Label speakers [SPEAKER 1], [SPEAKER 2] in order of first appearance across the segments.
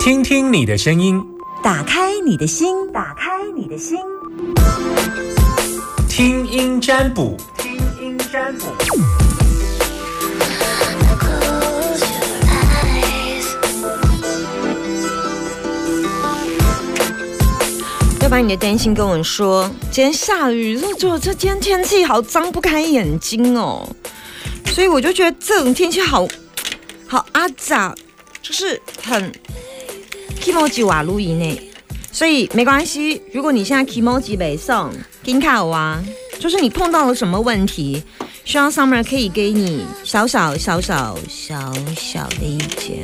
[SPEAKER 1] 听听你的声音，
[SPEAKER 2] 打开你的心，打开你的心，
[SPEAKER 1] 听音占卜，
[SPEAKER 2] 听音占卜。
[SPEAKER 3] 要把你的担心跟我说，今天下雨，这今天天气好张不开眼睛哦，所以我就觉得这种天气好阿杂，就是很 kimoji 瓦路以内，所以没关系。如果你现在 kimoji 没送，金卡哇，就是你碰到了什么问题，希望 Summer 可以给你小小的意见，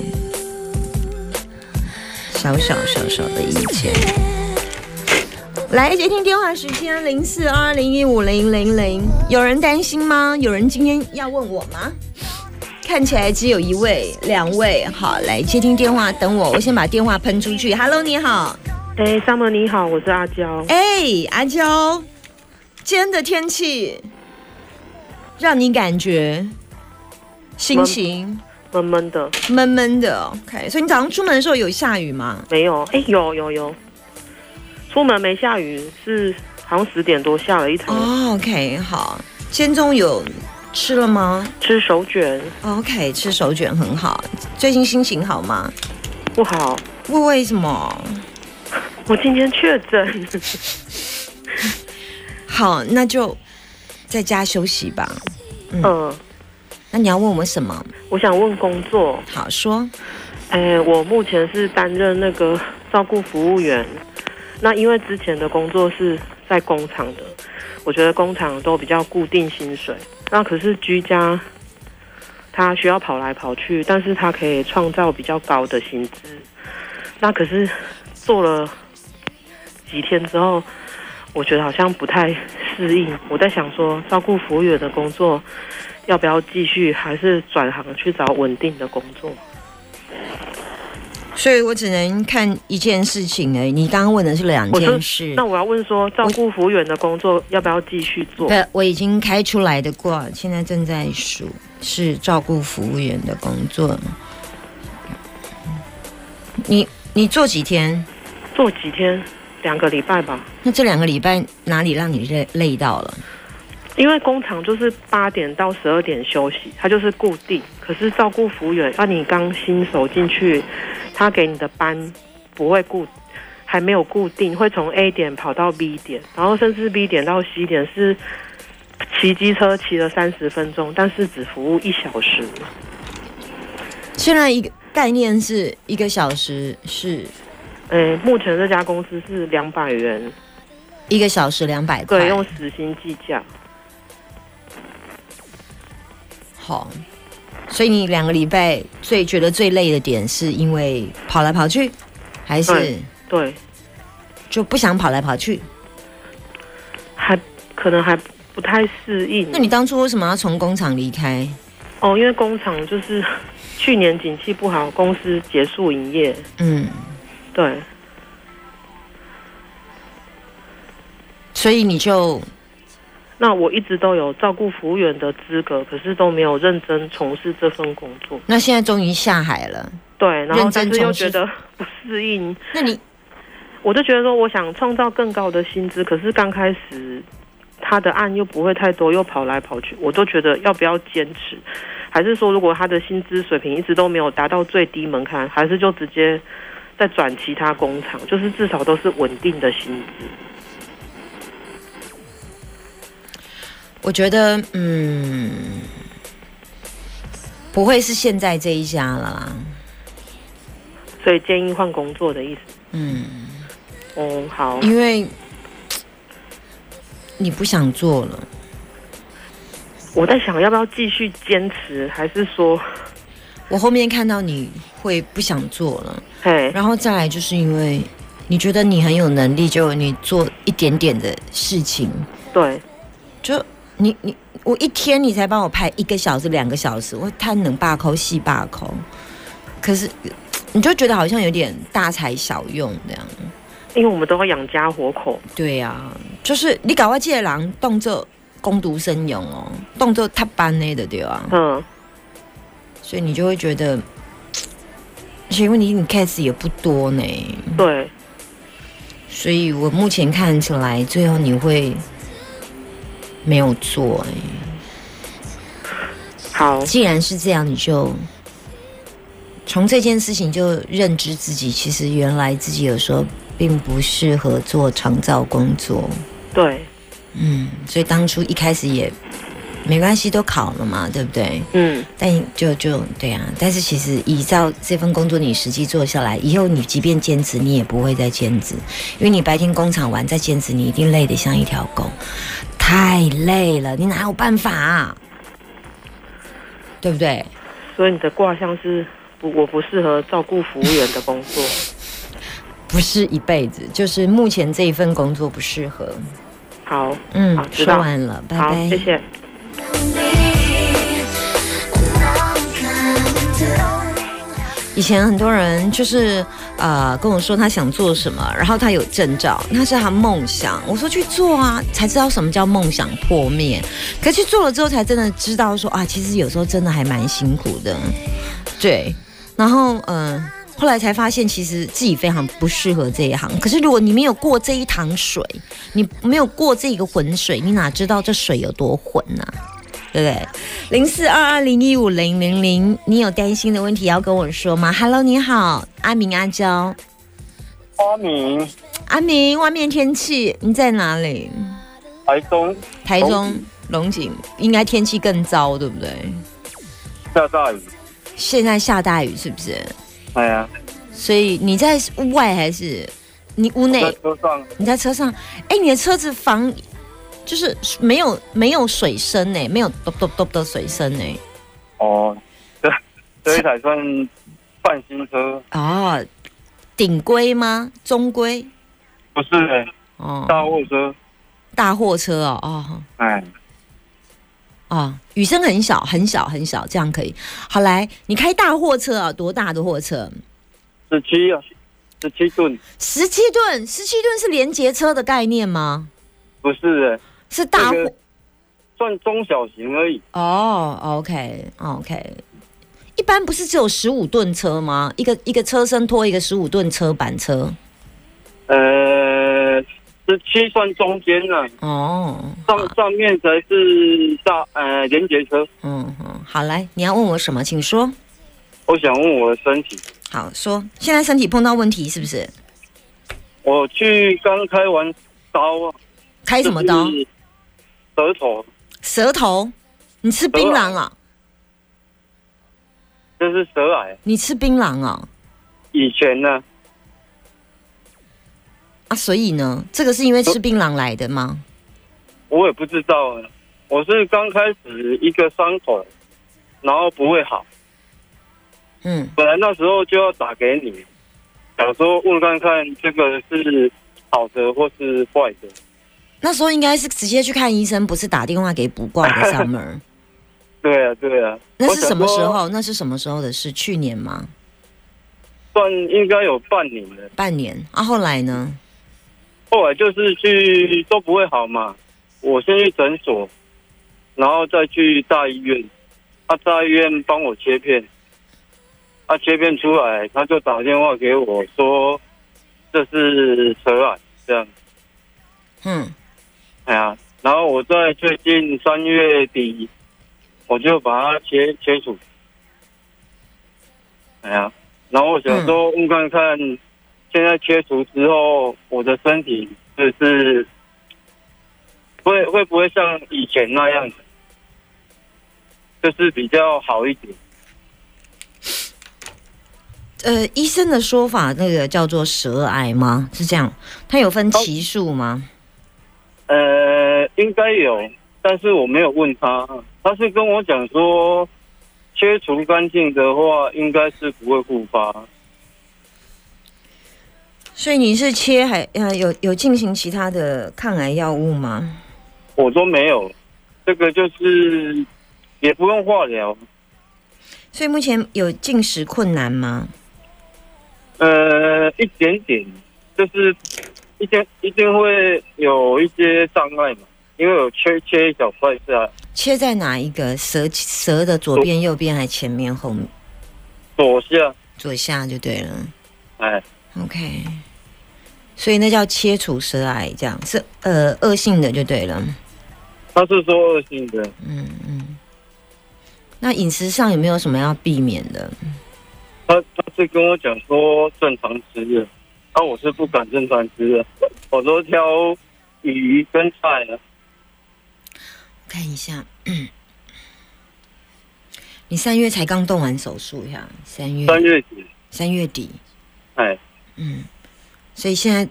[SPEAKER 3] 小小的意见。来接听电话时间0420150000，有人担心吗？有人今天要问我吗？看起来只有一位、两位。好，来接听电话，等我先把电话喷出去。Hello， 你好。
[SPEAKER 4] Summer 你好，我是阿娇。
[SPEAKER 3] 阿娇，今天的天气让你感觉心情
[SPEAKER 4] 闷闷的，
[SPEAKER 3] 闷闷的。OK， 所以你早上出门的时候有下雨吗？
[SPEAKER 4] 没有。有。出门没下雨，是好像10点多下了一场。
[SPEAKER 3] OK， 好。今天中午有吃了吗？
[SPEAKER 4] 吃手卷。
[SPEAKER 3] OK， 吃手卷很好。最近心情好吗？
[SPEAKER 4] 不好。
[SPEAKER 3] 为什么？
[SPEAKER 4] 我今天确诊。
[SPEAKER 3] 好，那就在家休息吧。那你要问我什么？
[SPEAKER 4] 我想问工作。
[SPEAKER 3] 好说。
[SPEAKER 4] 我目前是担任那个照顾服务员。那因为之前的工作是在工厂的，我觉得工厂都比较固定薪水。那可是居家，他需要跑来跑去，但是他可以创造比较高的薪资。那可是做了几天之后，我觉得好像不太适应。我在想说，照顾服务员的工作要不要继续，还是转行去找稳定的工作？
[SPEAKER 3] 所以我只能看一件事情而已。你刚刚问的是2件事。
[SPEAKER 4] 那我要问说，照顾服务员的工作要不要继续做？
[SPEAKER 3] 我已经开出来的卦，现在正在数，是照顾服务员的工作。你做几天？
[SPEAKER 4] 做几天？2个礼拜吧。
[SPEAKER 3] 那这2个礼拜哪里让你累到了？
[SPEAKER 4] 因为工厂就是8点到12点休息，它就是固定。可是照顾服务员，你刚新手进去，他给你的班不会还没有固定，会从 A 点跑到 B 点，然后甚至 B 点到 C 点是骑机车骑了30分钟，但是只服务1小时。
[SPEAKER 3] 现在一个概念是1个小时是，
[SPEAKER 4] 目前这家公司是200元
[SPEAKER 3] ，1个小时200块，
[SPEAKER 4] 对，用时薪计价。
[SPEAKER 3] 好，所以你2个礼拜觉得最累的点是因为跑来跑去，还是
[SPEAKER 4] 对
[SPEAKER 3] 就不想跑来跑去？
[SPEAKER 4] 可能还不太适应。
[SPEAKER 3] 那你当初为什么要从工厂离开？
[SPEAKER 4] 因为工厂就是去年景气不好，公司结束营业。对。
[SPEAKER 3] 所以你就。
[SPEAKER 4] 那我一直都有照顾服务员的资格，可是都没有认真从事这份工作。
[SPEAKER 3] 那现在终于下海了。
[SPEAKER 4] 对，然后但是又觉得不适应。
[SPEAKER 3] 那
[SPEAKER 4] 我就觉得说，我想创造更高的薪资，可是刚开始他的案又不会太多，又跑来跑去，我都觉得要不要坚持，还是说如果他的薪资水平一直都没有达到最低门槛，还是就直接再转其他工厂，就是至少都是稳定的薪资。
[SPEAKER 3] 我觉得，不会是现在这一家了啦。
[SPEAKER 4] 所以建议换工作的意思。好。
[SPEAKER 3] 因为你不想做了。
[SPEAKER 4] 我在想要不要继续坚持，还是说，
[SPEAKER 3] 我后面看到你会不想做了，然后再来就是因为你觉得你很有能力，就你做一点点的事情，
[SPEAKER 4] 对，
[SPEAKER 3] 就。我一天你才帮我拍1个小时2个小时，我贪能罢扣细罢扣，可是你就觉得好像有点大材小用这样，
[SPEAKER 4] 因为我们都要养家活口。
[SPEAKER 3] 对啊，就是你搞我这个人动作工读生用哦，动作踏班的对啊，
[SPEAKER 4] 所
[SPEAKER 3] 以你就会觉得而且问题你 case 也不多呢。
[SPEAKER 4] 对，
[SPEAKER 3] 所以我目前看起来，最后你会没有做。
[SPEAKER 4] 好，
[SPEAKER 3] 既然是这样，你就从这件事情就认知自己，其实原来自己有时候并不适合做长照工作。
[SPEAKER 4] 对，
[SPEAKER 3] 所以当初一开始也没关系，都考了嘛，对不对？但就对啊。但是其实依照这份工作，你实际做下来以后，你即便兼职，你也不会再兼职，因为你白天工厂完再兼职，你一定累得像一条狗，太累了，你哪有办法啊？对不对？
[SPEAKER 4] 所以你的卦象是我不适合照顾服务员的工作。
[SPEAKER 3] 不是一辈子，就是目前这一份工作不适合。
[SPEAKER 4] 好，好，
[SPEAKER 3] 说完了，拜拜，
[SPEAKER 4] 好，谢谢。
[SPEAKER 3] 以前很多人就是跟我说他想做什么，然后他有证照，那是他梦想。我说去做啊，才知道什么叫梦想破灭。可是去做了之后，才真的知道说啊，其实有时候真的还蛮辛苦的。对，然后后来才发现，其实自己非常不适合这一行。可是如果你没有过这一塘水，你没有过这个浑水，你哪知道这水有多浑啊？对不对？0422015000，你有担心的问题要跟我说吗 ？Hello， 你好，阿明阿娇。阿明，外面天气你在哪里？台中龙井，应该天气更糟，对不对？
[SPEAKER 5] 下大雨。
[SPEAKER 3] 现在下大雨是不是？
[SPEAKER 5] 哎呀。
[SPEAKER 3] 所以你在屋外还是你屋内？
[SPEAKER 5] 在车上。你
[SPEAKER 3] 在车上？哎，你的车子防。就是没有水声呢，没有咚咚咚的水声呢。
[SPEAKER 5] 哦，这一台算半新车。
[SPEAKER 3] 哦，顶规吗？中规？
[SPEAKER 5] 不是哦，大货车。
[SPEAKER 3] 大货车哦，
[SPEAKER 5] 哎。
[SPEAKER 3] 雨声很小，很小，很小，这样可以。好，来，你开大货车啊？多大的货车
[SPEAKER 5] ？17吨。
[SPEAKER 3] 17吨是连结车的概念吗？
[SPEAKER 5] 不是
[SPEAKER 3] 是大货，
[SPEAKER 5] 算中小型而已。
[SPEAKER 3] OK， 一般不是只有15吨车吗？一个车身拖一个15吨车板车。
[SPEAKER 5] 17算中间了。上面才是连结车。
[SPEAKER 3] 好，来，你要问我什么，请说。
[SPEAKER 5] 我想问我的身体。
[SPEAKER 3] 好，说，现在身体碰到问题是不是？
[SPEAKER 5] 我去刚开完刀啊。
[SPEAKER 3] 开什么刀？舌头？你吃槟榔啊？
[SPEAKER 5] 这是舌癌。
[SPEAKER 3] 你吃槟榔啊？
[SPEAKER 5] 以前呢？
[SPEAKER 3] 所以呢？这个是因为吃槟榔来的吗？
[SPEAKER 5] 我也不知道。我是刚开始一个伤口，然后不会好。本来那时候就要打给你，想说问看看这个是好的或是坏的。
[SPEAKER 3] 那时候应该是直接去看医生，不是打电话给卜卦的上门。
[SPEAKER 5] 对啊。
[SPEAKER 3] 那是什么时候？那是什么时候的事？去年吗？
[SPEAKER 5] 算应该有半年了。
[SPEAKER 3] 半年啊？后来呢？
[SPEAKER 5] 后来就是去都不会好嘛，我先去诊所，然后再去大医院。大医院帮我切片，切片出来，他就打电话给我说这是舌癌这样。然后我在最近3月底，我就把它切除。然后我想说问看看，现在切除之后，我的身体就是会不会像以前那样子，就是比较好一点。
[SPEAKER 3] 医生的说法，那个叫做舌癌吗？是这样？它有分期数吗？
[SPEAKER 5] 应该有，但是我没有问他，他是跟我讲说，切除干净的话，应该是不会复发。
[SPEAKER 3] 所以你是切还有进行其他的抗癌药物吗？
[SPEAKER 5] 我都没有，这个就是也不用化疗。
[SPEAKER 3] 所以目前有进食困难吗？
[SPEAKER 5] 一点点，就是一定会有一些障碍嘛，因为有切一小块下。
[SPEAKER 3] 切在哪一个舌的左边、右边还前面、后面？
[SPEAKER 5] 左下。
[SPEAKER 3] 左下就对了。
[SPEAKER 5] 哎，
[SPEAKER 3] OK， 所以那叫切除舌癌，这样是恶性的就对了。
[SPEAKER 5] 他是说恶性的。
[SPEAKER 3] 那饮食上有没有什么要避免的？
[SPEAKER 5] 他是跟我讲说正常吃的，我是不敢正常吃的，我都挑鱼跟菜了。
[SPEAKER 3] 看一下，你3月才刚动完手术呀？3月底，
[SPEAKER 5] 哎，
[SPEAKER 3] 所以现在，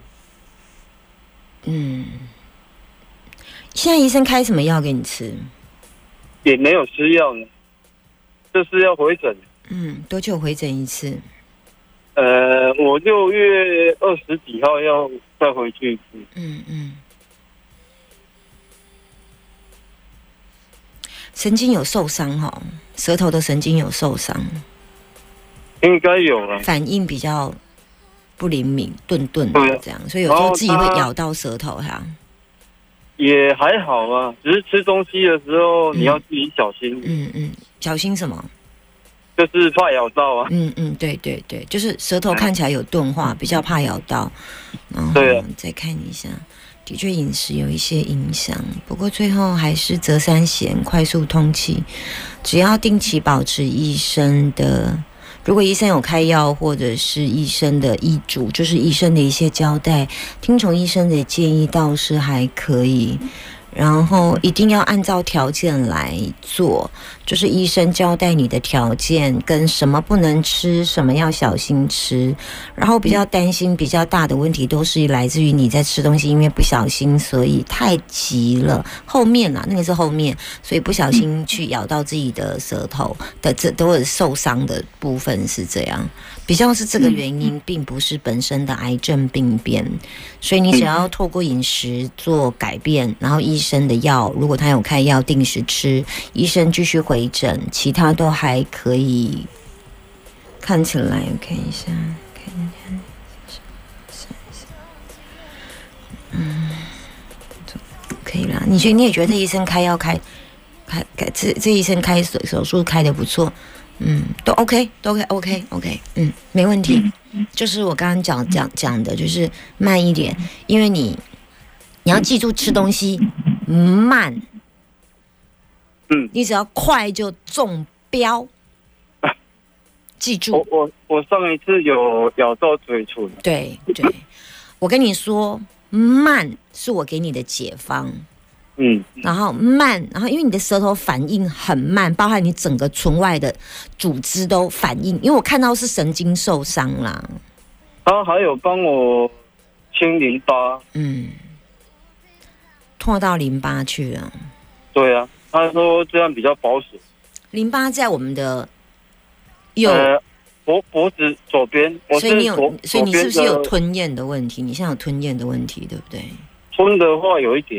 [SPEAKER 3] 现在医生开什么药给你吃？
[SPEAKER 5] 也没有吃药呢，就是要回诊。
[SPEAKER 3] 多久回诊一次？
[SPEAKER 5] 我6月20几号要再回去一次。
[SPEAKER 3] 神经有受伤舌头的神经有受伤，
[SPEAKER 5] 应该有了，
[SPEAKER 3] 反应比较不灵敏，顿的这样，所以有时候自己会咬到舌头哈。
[SPEAKER 5] 也还好啊，只是吃东西的时候你要自己小心。
[SPEAKER 3] 小心什么？
[SPEAKER 5] 就是怕咬到啊。
[SPEAKER 3] 对，就是舌头看起来有钝化，比较怕咬到。然后再看一下，的确饮食有一些影响，不过最后还是择三咸，快速通气。只要定期保持医生的，如果医生有开药或者是医生的医嘱，就是医生的一些交代，听从医生的建议倒是还可以。然后一定要按照条件来做，就是医生交代你的条件跟什么不能吃，什么要小心吃。然后比较担心比较大的问题都是来自于你在吃东西因为不小心，所以太急了，后面啦，那个是后面，所以不小心去咬到自己的舌头的，这都是受伤的部分是这样，比较是这个原因，并不是本身的癌症病变。所以你只要透过饮食做改变，然后医生的药，如果他有开药定时吃，医生继续回诊，其他都还可以。看起来我看一下，可以啦。你也觉得医生开药开这医生开手术开得不错，都 OK， 没问题。就是我刚刚讲的，就是慢一点，因为你要记住吃东西慢，你只要快就中标，记住。
[SPEAKER 5] 我上一次有咬到嘴唇。
[SPEAKER 3] 对，我跟你说，慢是我给你的解方。然后慢，然后因为你的舌头反应很慢，包含你整个唇外的组织都反应，因为我看到是神经受伤啦。
[SPEAKER 5] 他还有帮我清淋巴，
[SPEAKER 3] 拖到淋巴去了。
[SPEAKER 5] 对啊，他说这样比较保守。
[SPEAKER 3] 淋巴在我们的
[SPEAKER 5] 脖子左边，
[SPEAKER 3] 所以你是不是有吞咽的问题？你现在有吞咽的问题，对不对？
[SPEAKER 5] 吞的话有一点。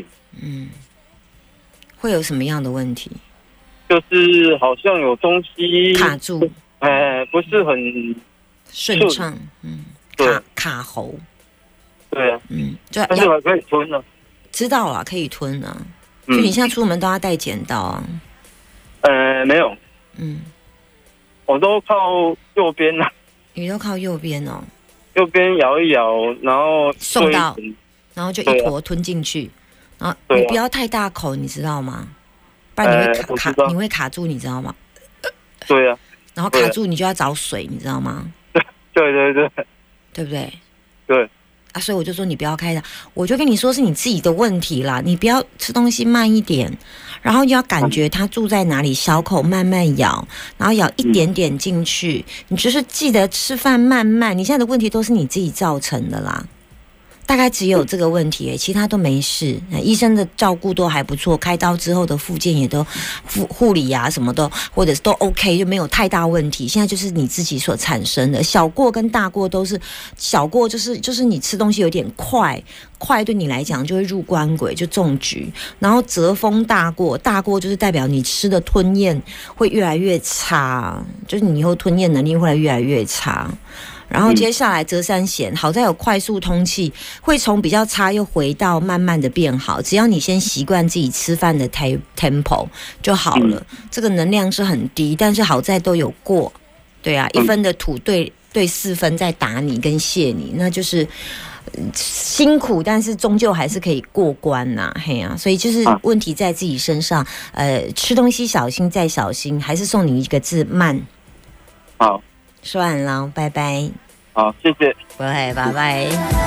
[SPEAKER 3] 会有什么样的问题？
[SPEAKER 5] 就是好像有东西
[SPEAKER 3] 卡住，
[SPEAKER 5] 不是很
[SPEAKER 3] 顺畅，卡喉。
[SPEAKER 5] 对啊，但是还可以吞啊。
[SPEAKER 3] 知道了，可以吞啊。所以你现在出门都要带剪刀啊？
[SPEAKER 5] 没有。我都靠右边啊。
[SPEAKER 3] 你都靠右边哦。
[SPEAKER 5] 右边摇一摇，然后
[SPEAKER 3] 送到，然后就一坨吞进去。然后你不要太大口，你知道吗？不然你会卡住，你知道吗？
[SPEAKER 5] 对啊。
[SPEAKER 3] 然后卡住你就要找水，你知道吗？
[SPEAKER 5] 对，
[SPEAKER 3] 对不对？
[SPEAKER 5] 对。
[SPEAKER 3] 所以我就说你不要开的，我就跟你说是你自己的问题啦，你不要吃东西慢一点，然后你要感觉它住在哪里，小口慢慢咬，然后咬一点点进去，你就是记得吃饭慢慢。你现在的问题都是你自己造成的啦。大概只有这个问题，其他都没事。医生的照顾都还不错，开刀之后的复健也都护理啊什么都，或者是都 OK， 就没有太大问题。现在就是你自己所产生的小过跟大过都是小过，就是你吃东西有点快对你来讲就会入官鬼，就中局。然后折风大过就是代表你吃的吞咽会越来越差，就是你以后吞咽能力会越来越差。然后接下来折三咸，好在有快速通气，会从比较差又回到慢慢的变好。只要你先习惯自己吃饭的 tempo 就好了。这个能量是很低，但是好在都有过， 对啊，1分的土对4分在打你跟谢你，那就是辛苦，但是终究还是可以过关呐，嘿啊，所以就是问题在自己身上，吃东西小心再小心，还是送你一个字慢。
[SPEAKER 5] 好，
[SPEAKER 3] 说完了，拜拜。
[SPEAKER 5] 好，谢谢。
[SPEAKER 3] 拜拜。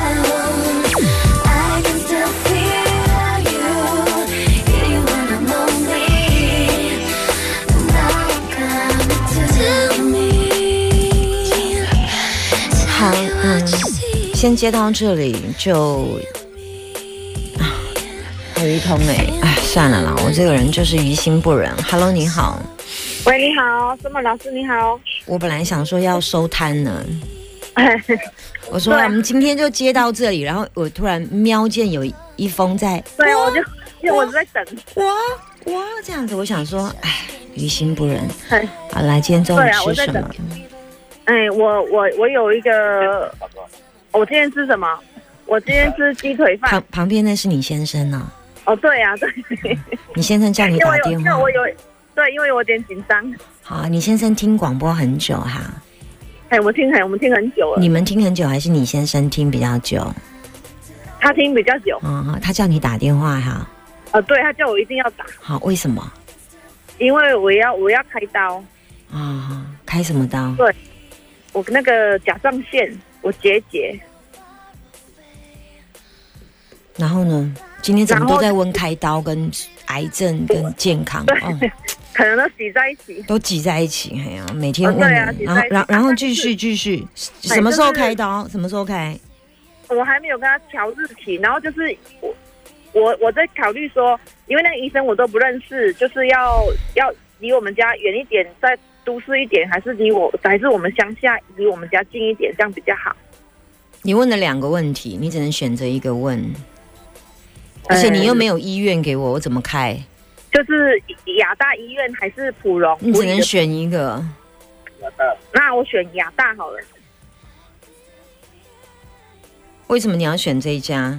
[SPEAKER 3] 好，先接到这里就还有一通算了啦，我这个人就是于心不忍。Hello， 你好。
[SPEAKER 6] 喂，你好，什么老师你好。我
[SPEAKER 3] 本来想说要收摊呢，我说我们今天就接到这里，然后我突然瞄见有一封在，
[SPEAKER 6] 对，我在等，
[SPEAKER 3] 哇这样子，我想说，于心不忍。好，来，今天中午吃什么？
[SPEAKER 6] 我有一个，我今天吃什么？我今天吃鸡腿饭。
[SPEAKER 3] 旁边那是你先生呢？
[SPEAKER 6] 哦，对啊，对。
[SPEAKER 3] 你先生叫你打电话？
[SPEAKER 6] 对，因为我有点紧张。
[SPEAKER 3] 好，你先生听广播很久哈？
[SPEAKER 6] 我们听很久了。
[SPEAKER 3] 你们听很久，还是你先生听比较久？
[SPEAKER 6] 他听比较久。
[SPEAKER 3] 他叫你打电话哈？
[SPEAKER 6] 对，他叫我一定要打。
[SPEAKER 3] 好，为什么？
[SPEAKER 6] 因为我要开刀。
[SPEAKER 3] 开什么刀？
[SPEAKER 6] 对，我那个甲状腺我结节。
[SPEAKER 3] 然后呢？今天怎么都在问开刀跟癌症跟健康？
[SPEAKER 6] 可能都挤在一起。
[SPEAKER 3] 都挤在一起，每天问你。然后继续，什么时候开刀？什么时候开？
[SPEAKER 6] 我还没有跟他调日期，然后就是我在考虑说，因为那个医生我都不认识，就是要离我们家远一点，再都市一点，还是我们乡下离我们家近一点，这样比较好。
[SPEAKER 3] 你问了2个问题，你只能选择一个问，而且你又没有医院给我怎么开？就是
[SPEAKER 6] 亚大医院还是普荣？
[SPEAKER 3] 你只能选一个。
[SPEAKER 6] 那我选亚大好了。
[SPEAKER 3] 为什么你要选这一家？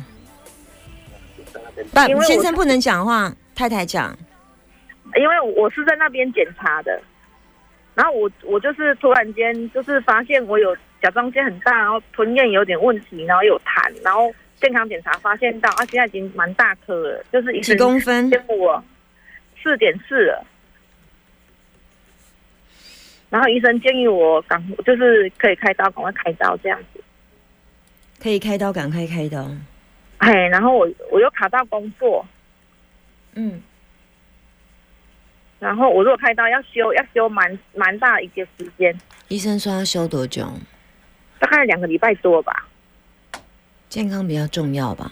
[SPEAKER 3] 先生不能讲话，太太讲。
[SPEAKER 6] 因为我是在那边检查的，然后我就是突然间就是发现我有甲状腺很大，然后吞咽有点问题，然后有痰，然后健康检查发现到现在已经蛮大颗了，就是医生
[SPEAKER 3] 几公分？
[SPEAKER 6] 我4.4了。然后医生建议我就是可以开刀，赶快开刀这样子。
[SPEAKER 3] 可以开刀，赶快开刀。
[SPEAKER 6] 然后我又卡到工作，然后我如果开刀要休蛮大一个时间。
[SPEAKER 3] 医生说要休多久？
[SPEAKER 6] 大概2个礼拜多吧。
[SPEAKER 3] 健康比较重要吧？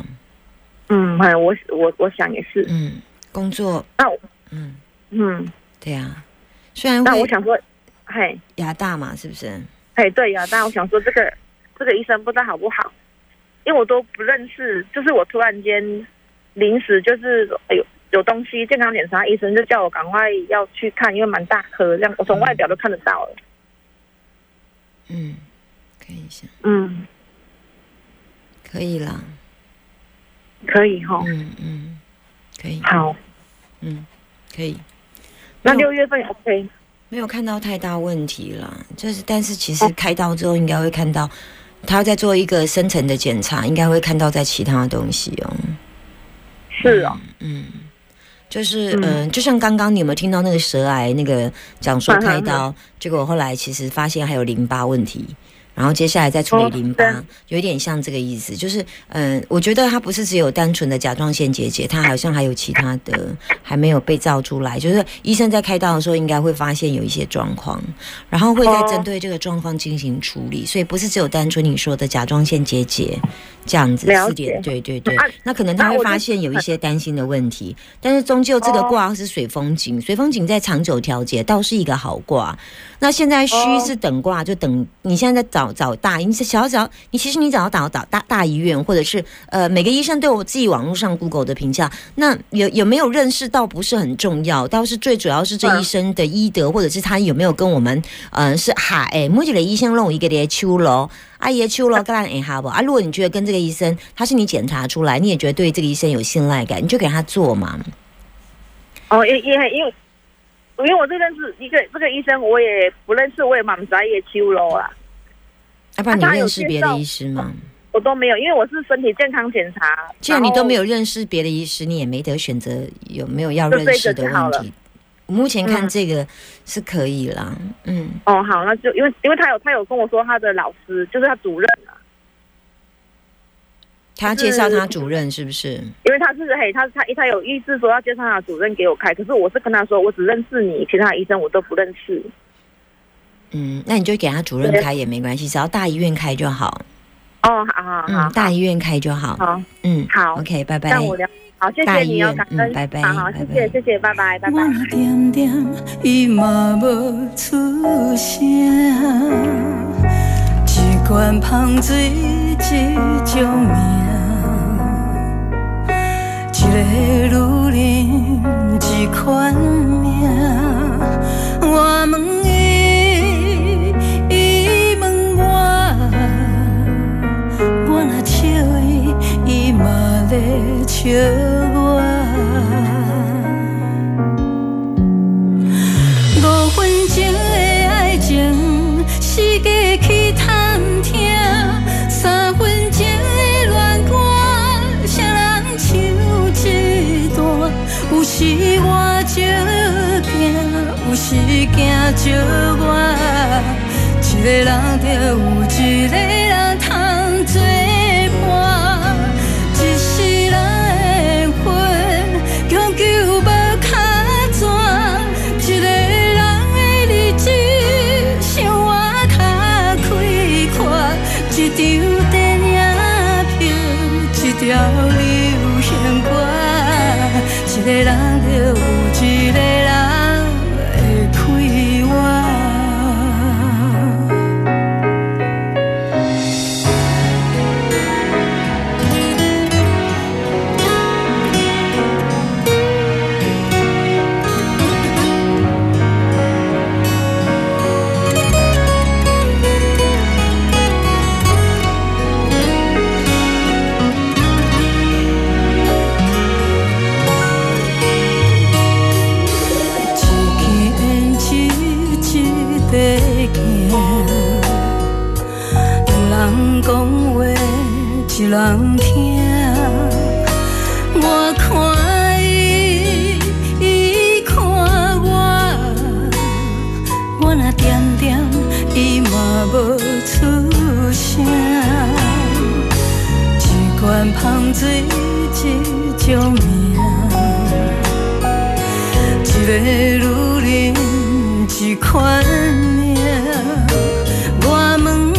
[SPEAKER 6] 我想也是。
[SPEAKER 3] 工作。对啊。虽然
[SPEAKER 6] 那我想说，
[SPEAKER 3] 亚大嘛，是不是？
[SPEAKER 6] 对亚大，我想说这个医生不知道好不好，因为我都不认识，就是我突然间临时就是有东西健康检查，医生就叫我赶快要去看，因为蛮大颗，这样我从外表都看得到了。
[SPEAKER 3] 看一下。可以啦。
[SPEAKER 6] 可以齁。
[SPEAKER 3] 可以。
[SPEAKER 6] 好。
[SPEAKER 3] 可以。
[SPEAKER 6] 那6月份 OK。
[SPEAKER 3] 没有看到太大问题啦，但是其实开刀之后应该会看到，他在做一个深层的检查，应该会看到在其他的东西哦。
[SPEAKER 6] 是哦。
[SPEAKER 3] 就是就像刚刚你有没有听到那个舌癌那个讲说开刀，结果后来其实发现还有淋巴问题。然后接下来再处理淋巴，有一点像这个意思，就是我觉得它不是只有单纯的甲状腺结节，它好像还有其他的还没有被造出来，就是医生在开刀的时候应该会发现有一些状况，然后会再针对这个状况进行处理，所以不是只有单纯你说的甲状腺结节这样子4点，对，那可能他会发现有一些担心的问题，但是终究这个卦是水风井，水风井在长久调节倒是一个好卦。那现在虚是等卦，就等你现在在找大，你其实你只要找大医院，或者是每个医生对我自己网络上 Google 的评价，那有没有认识到不是很重要，倒是最主要是这医生的医德，或者是他有没有跟我们是每一个医生弄一个的手咯，也手咯，当然会好不如果你觉得跟这个医生他是你检查出来，你也觉得对这个医生有信赖感，你就给他做嘛。
[SPEAKER 6] 因为我这认识这个医生，我也不认识，我也蛮在也秋咯啦。
[SPEAKER 3] 要不然你认识别的医师吗？
[SPEAKER 6] 我都没有，因为我是身体健康检查。
[SPEAKER 3] 既然你都没有认识别的医师，你也没得选择有没有要认识的问题。目前看这个是可以啦，
[SPEAKER 6] 哦，好，那就因为他有跟我说他的老师就是他主任啊。
[SPEAKER 3] 他介绍他主任是不是？
[SPEAKER 6] 因为他有意思说要介绍他主任给我开，可是我是跟他说我只认识你，其他医生我都不认识。
[SPEAKER 3] 那你就给他主任开也没关系，只要大医院开就好。
[SPEAKER 6] 哦，好，
[SPEAKER 3] 大医院开就好。
[SPEAKER 6] 好，好
[SPEAKER 3] ，OK， 拜拜。
[SPEAKER 6] 让我聊。好，谢谢你哦，感恩，
[SPEAKER 3] 拜拜。
[SPEAKER 6] 好，谢谢，拜拜，拜拜。
[SPEAKER 7] 我点点伊嘛无出声，一罐芳水一种命，一个女人一款命。我问伊，伊问我，我若笑伊，伊嘛咧笑我。5分钟的爱情，四界去探听；3分钟的恋歌，谁人唱一段？有时我照行，有时行照我。一个人就有一个人通作伴，一世人的魂，终究无脚转。一个人的日子，生活较开阔。一场电影票，一条流行歌，一个人就有一个人会开我。一人听，我看伊，伊看我，我若点点，伊嘛无出声。一罐芳水一种命，一个女人一款命。我问。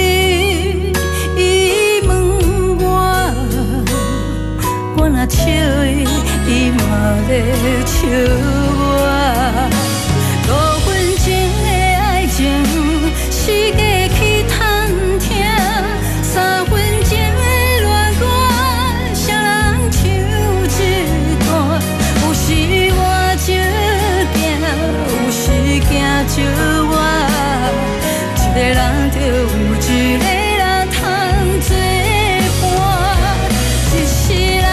[SPEAKER 7] 笑伊，伊嘛咧笑我。5分钟的爱情，四界去探听；3分钟的恋歌，谁人唱一段？有时我照行，有时行照我。一个人就有一个人通作伴，一世人。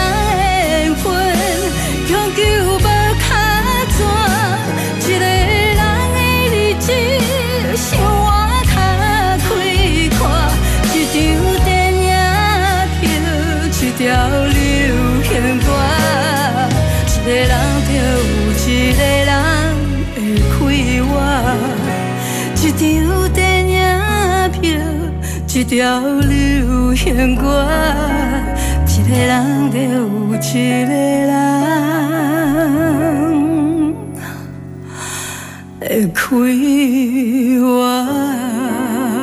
[SPEAKER 7] 终究无脚转，一个人的日子，生活较开阔。一场电影票，一条流行歌，一个人就有一个人会开我。一场电影票，一条流行歌。一个人就有一个人会开我。